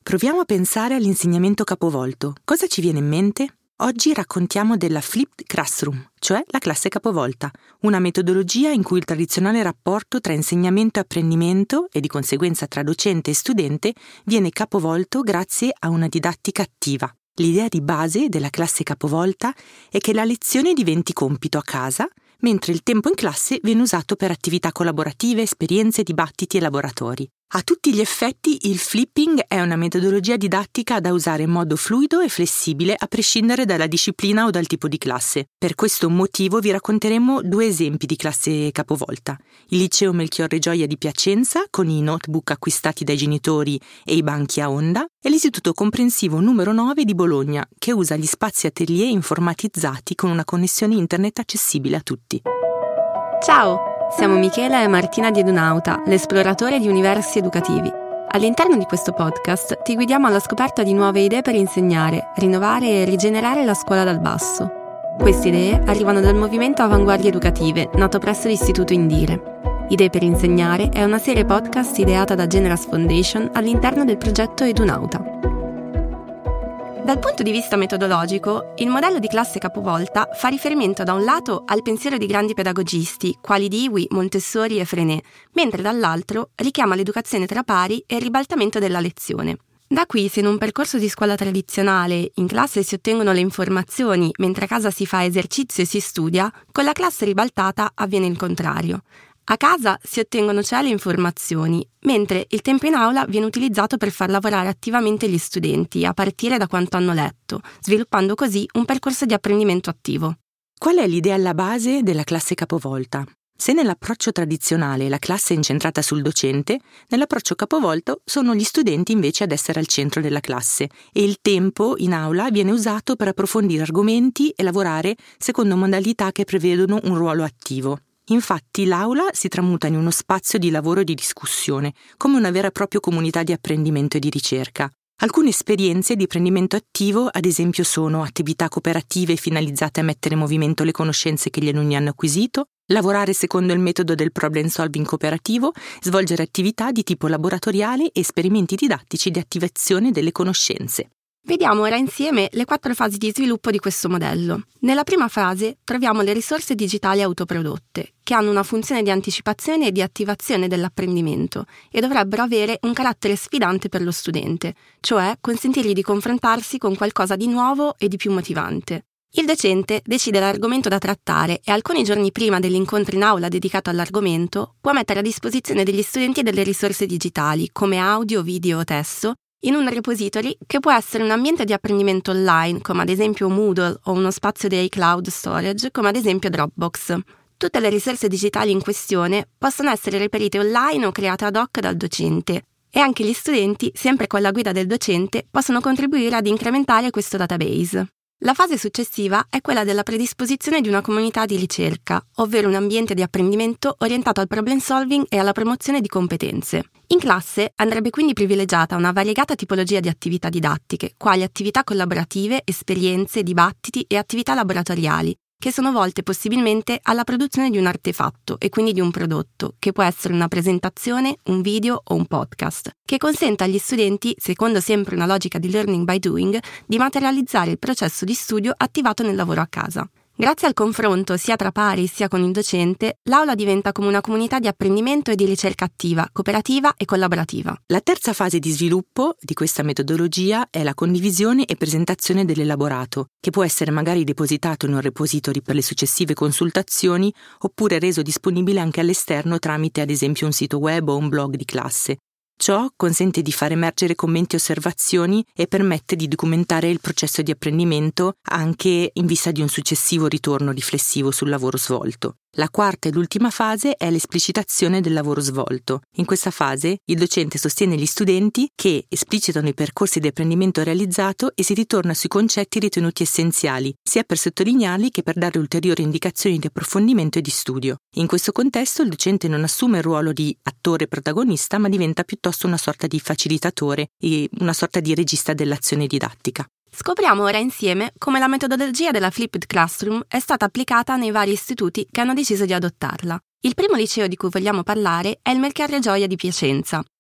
Proviamo a pensare all'insegnamento capovolto. Cosa ci viene in mente? Oggi raccontiamo della Flipped Classroom, cioè la classe capovolta, una metodologia in cui il tradizionale rapporto tra insegnamento e apprendimento, e di conseguenza tra docente e studente, viene capovolto grazie a una didattica attiva. L'idea di base della classe capovolta è che la lezione diventi compito a casa, mentre il tempo in classe viene usato per attività collaborative, esperienze, dibattiti e laboratori. A tutti gli effetti il flipping è una metodologia didattica da usare in modo fluido e flessibile a prescindere dalla disciplina o dal tipo di classe. Per questo motivo vi racconteremo 2 esempi di classe capovolta. Il liceo Melchiorre Gioia di Piacenza, con i notebook acquistati dai genitori e i banchi a onda, e l'istituto comprensivo numero 9 di Bologna, che usa gli spazi atelier informatizzati con una connessione internet accessibile a tutti. Ciao! Siamo Michela e Martina di Edunauta, l'esploratore di universi educativi. All'interno di questo podcast ti guidiamo alla scoperta di nuove idee per insegnare, rinnovare e rigenerare la scuola dal basso. Queste idee arrivano dal movimento Avanguardie Educative, nato presso l'Istituto Indire. Idee per insegnare è una serie podcast ideata da Generas Foundation all'interno del progetto Edunauta. Dal punto di vista metodologico, il modello di classe capovolta fa riferimento da un lato al pensiero di grandi pedagogisti, quali Dewey, Montessori e Freinet, mentre dall'altro richiama l'educazione tra pari e il ribaltamento della lezione. Da qui, se in un percorso di scuola tradizionale in classe si ottengono le informazioni, mentre a casa si fa esercizio e si studia, con la classe ribaltata avviene il contrario. A casa si ottengono cioè le informazioni, mentre il tempo in aula viene utilizzato per far lavorare attivamente gli studenti, a partire da quanto hanno letto, sviluppando così un percorso di apprendimento attivo. Qual è l'idea alla base della classe capovolta? Se nell'approccio tradizionale la classe è incentrata sul docente, nell'approccio capovolto sono gli studenti invece ad essere al centro della classe e il tempo in aula viene usato per approfondire argomenti e lavorare secondo modalità che prevedono un ruolo attivo. Infatti l'aula si tramuta in uno spazio di lavoro e di discussione, come una vera e propria comunità di apprendimento e di ricerca. Alcune esperienze di apprendimento attivo, ad esempio, sono attività cooperative finalizzate a mettere in movimento le conoscenze che gli alunni hanno acquisito, lavorare secondo il metodo del problem solving cooperativo, svolgere attività di tipo laboratoriale e esperimenti didattici di attivazione delle conoscenze. Vediamo ora insieme le 4 fasi di sviluppo di questo modello. Nella prima fase troviamo le risorse digitali autoprodotte, che hanno una funzione di anticipazione e di attivazione dell'apprendimento e dovrebbero avere un carattere sfidante per lo studente, cioè consentirgli di confrontarsi con qualcosa di nuovo e di più motivante. Il docente decide l'argomento da trattare e alcuni giorni prima dell'incontro in aula dedicato all'argomento può mettere a disposizione degli studenti delle risorse digitali, come audio, video o testo, in un repository che può essere un ambiente di apprendimento online, come ad esempio Moodle, o uno spazio di cloud storage, come ad esempio Dropbox. Tutte le risorse digitali in questione possono essere reperite online o create ad hoc dal docente, e anche gli studenti, sempre con la guida del docente, possono contribuire ad incrementare questo database. La fase successiva è quella della predisposizione di una comunità di ricerca, ovvero un ambiente di apprendimento orientato al problem solving e alla promozione di competenze. In classe andrebbe quindi privilegiata una variegata tipologia di attività didattiche, quali attività collaborative, esperienze, dibattiti e attività laboratoriali, che sono volte possibilmente alla produzione di un artefatto e quindi di un prodotto, che può essere una presentazione, un video o un podcast, che consenta agli studenti, secondo sempre una logica di learning by doing, di materializzare il processo di studio attivato nel lavoro a casa. Grazie al confronto sia tra pari sia con il docente, l'aula diventa come una comunità di apprendimento e di ricerca attiva, cooperativa e collaborativa. La terza fase di sviluppo di questa metodologia è la condivisione e presentazione dell'elaborato, che può essere magari depositato in un repository per le successive consultazioni oppure reso disponibile anche all'esterno tramite ad esempio un sito web o un blog di classe. Ciò consente di far emergere commenti e osservazioni e permette di documentare il processo di apprendimento anche in vista di un successivo ritorno riflessivo sul lavoro svolto. La quarta ed ultima fase è l'esplicitazione del lavoro svolto. In questa fase il docente sostiene gli studenti che esplicitano i percorsi di apprendimento realizzato e si ritorna sui concetti ritenuti essenziali, sia per sottolinearli che per dare ulteriori indicazioni di approfondimento e di studio. In questo contesto il docente non assume il ruolo di attore protagonista, ma diventa piuttosto una sorta di facilitatore e una sorta di regista dell'azione didattica. Scopriamo ora insieme come la metodologia della Flipped Classroom è stata applicata nei vari istituti che hanno deciso di adottarla. Il primo liceo di cui vogliamo parlare è il Melchiorre Gioia di Piacenza.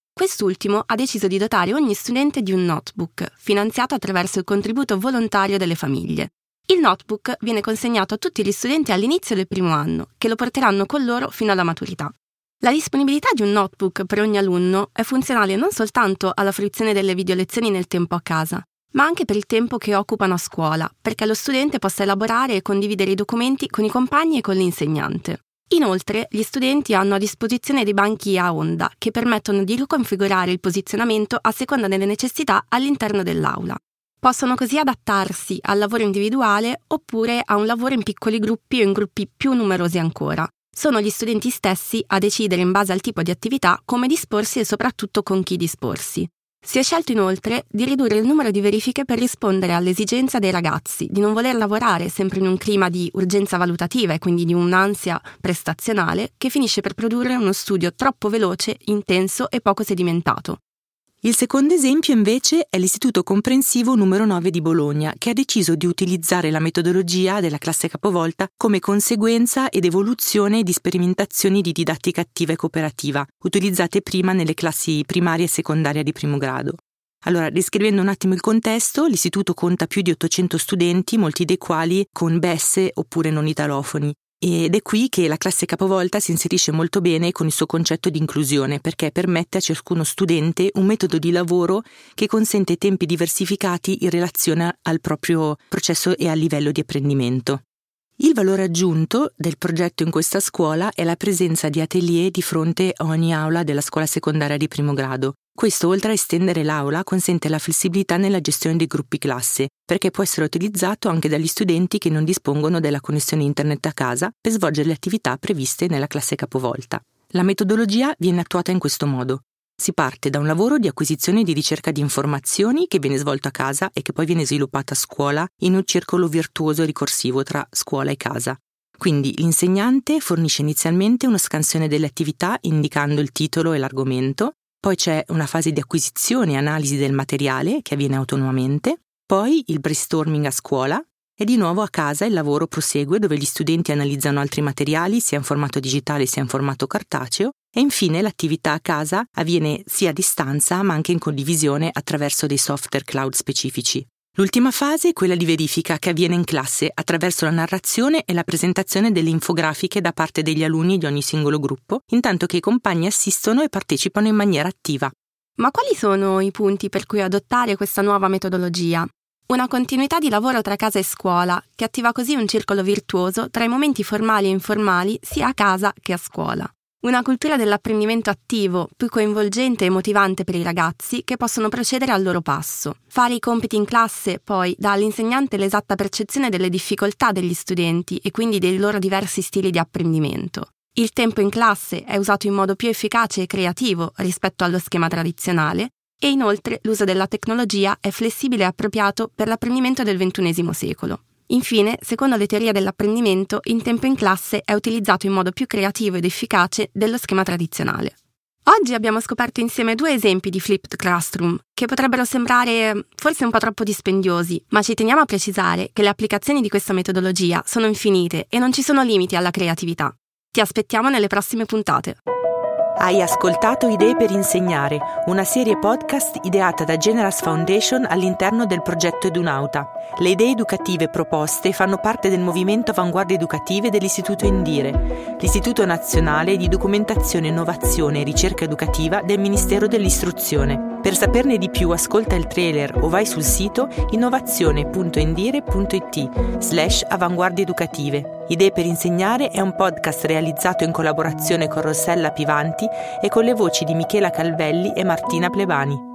Quest'ultimo ha deciso di dotare ogni studente di un notebook, finanziato attraverso il contributo volontario delle famiglie. Il notebook viene consegnato a tutti gli studenti all'inizio del primo anno, che lo porteranno con loro fino alla maturità. La disponibilità di un notebook per ogni alunno è funzionale non soltanto alla fruizione delle videolezioni nel tempo a casa, ma anche per il tempo che occupano a scuola, perché lo studente possa elaborare e condividere i documenti con i compagni e con l'insegnante. Inoltre, gli studenti hanno a disposizione dei banchi a onda che permettono di riconfigurare il posizionamento a seconda delle necessità all'interno dell'aula. Possono così adattarsi al lavoro individuale oppure a un lavoro in piccoli gruppi o in gruppi più numerosi ancora. Sono gli studenti stessi a decidere in base al tipo di attività come disporsi e soprattutto con chi disporsi. Si è scelto inoltre di ridurre il numero di verifiche per rispondere all'esigenza dei ragazzi di non voler lavorare sempre in un clima di urgenza valutativa e quindi di un'ansia prestazionale che finisce per produrre uno studio troppo veloce, intenso e poco sedimentato. Il secondo esempio invece è l'Istituto Comprensivo numero 9 di Bologna, che ha deciso di utilizzare la metodologia della classe capovolta come conseguenza ed evoluzione di sperimentazioni di didattica attiva e cooperativa, utilizzate prima nelle classi primarie e secondarie di primo grado. Allora, descrivendo un attimo il contesto, l'istituto conta più di 800 studenti, molti dei quali con BES oppure non italofoni. Ed è qui che la classe capovolta si inserisce molto bene con il suo concetto di inclusione, perché permette a ciascuno studente un metodo di lavoro che consente tempi diversificati in relazione al proprio processo e al livello di apprendimento. Il valore aggiunto del progetto in questa scuola è la presenza di atelier di fronte a ogni aula della scuola secondaria di primo grado. Questo, oltre a estendere l'aula, consente la flessibilità nella gestione dei gruppi classe, perché può essere utilizzato anche dagli studenti che non dispongono della connessione internet a casa per svolgere le attività previste nella classe capovolta. La metodologia viene attuata in questo modo. Si parte da un lavoro di acquisizione e di ricerca di informazioni che viene svolto a casa e che poi viene sviluppato a scuola in un circolo virtuoso e ricorsivo tra scuola e casa. Quindi l'insegnante fornisce inizialmente una scansione delle attività indicando il titolo e l'argomento, poi c'è una fase di acquisizione e analisi del materiale che avviene autonomamente, poi il brainstorming a scuola e di nuovo a casa il lavoro prosegue dove gli studenti analizzano altri materiali sia in formato digitale sia in formato cartaceo e infine l'attività a casa avviene sia a distanza ma anche in condivisione attraverso dei software cloud specifici. L'ultima fase è quella di verifica che avviene in classe attraverso la narrazione e la presentazione delle infografiche da parte degli alunni di ogni singolo gruppo, intanto che i compagni assistono e partecipano in maniera attiva. Ma quali sono i punti per cui adottare questa nuova metodologia? Una continuità di lavoro tra casa e scuola, che attiva così un circolo virtuoso tra i momenti formali e informali sia a casa che a scuola. Una cultura dell'apprendimento attivo, più coinvolgente e motivante per i ragazzi che possono procedere al loro passo. Fare i compiti in classe, poi, dà all'insegnante l'esatta percezione delle difficoltà degli studenti e quindi dei loro diversi stili di apprendimento. Il tempo in classe è usato in modo più efficace e creativo rispetto allo schema tradizionale e inoltre l'uso della tecnologia è flessibile e appropriato per l'apprendimento del XXI secolo. Infine, secondo le teorie dell'apprendimento, il tempo in classe è utilizzato in modo più creativo ed efficace dello schema tradizionale. Oggi abbiamo scoperto insieme 2 esempi di flipped classroom, che potrebbero sembrare forse un po' troppo dispendiosi, ma ci teniamo a precisare che le applicazioni di questa metodologia sono infinite e non ci sono limiti alla creatività. Ti aspettiamo nelle prossime puntate. Hai ascoltato Idee per insegnare, una serie podcast ideata da Generas Foundation all'interno del progetto Edunauta. Le idee educative proposte fanno parte del movimento Avanguardie Educative dell'Istituto Indire, l'Istituto Nazionale di Documentazione, Innovazione e Ricerca Educativa del Ministero dell'Istruzione. Per saperne di più ascolta il trailer o vai sul sito innovazione.indire.it/avanguardie educative. Idee per insegnare è un podcast realizzato in collaborazione con Rossella Pivanti e con le voci di Michela Calvelli e Martina Plebani.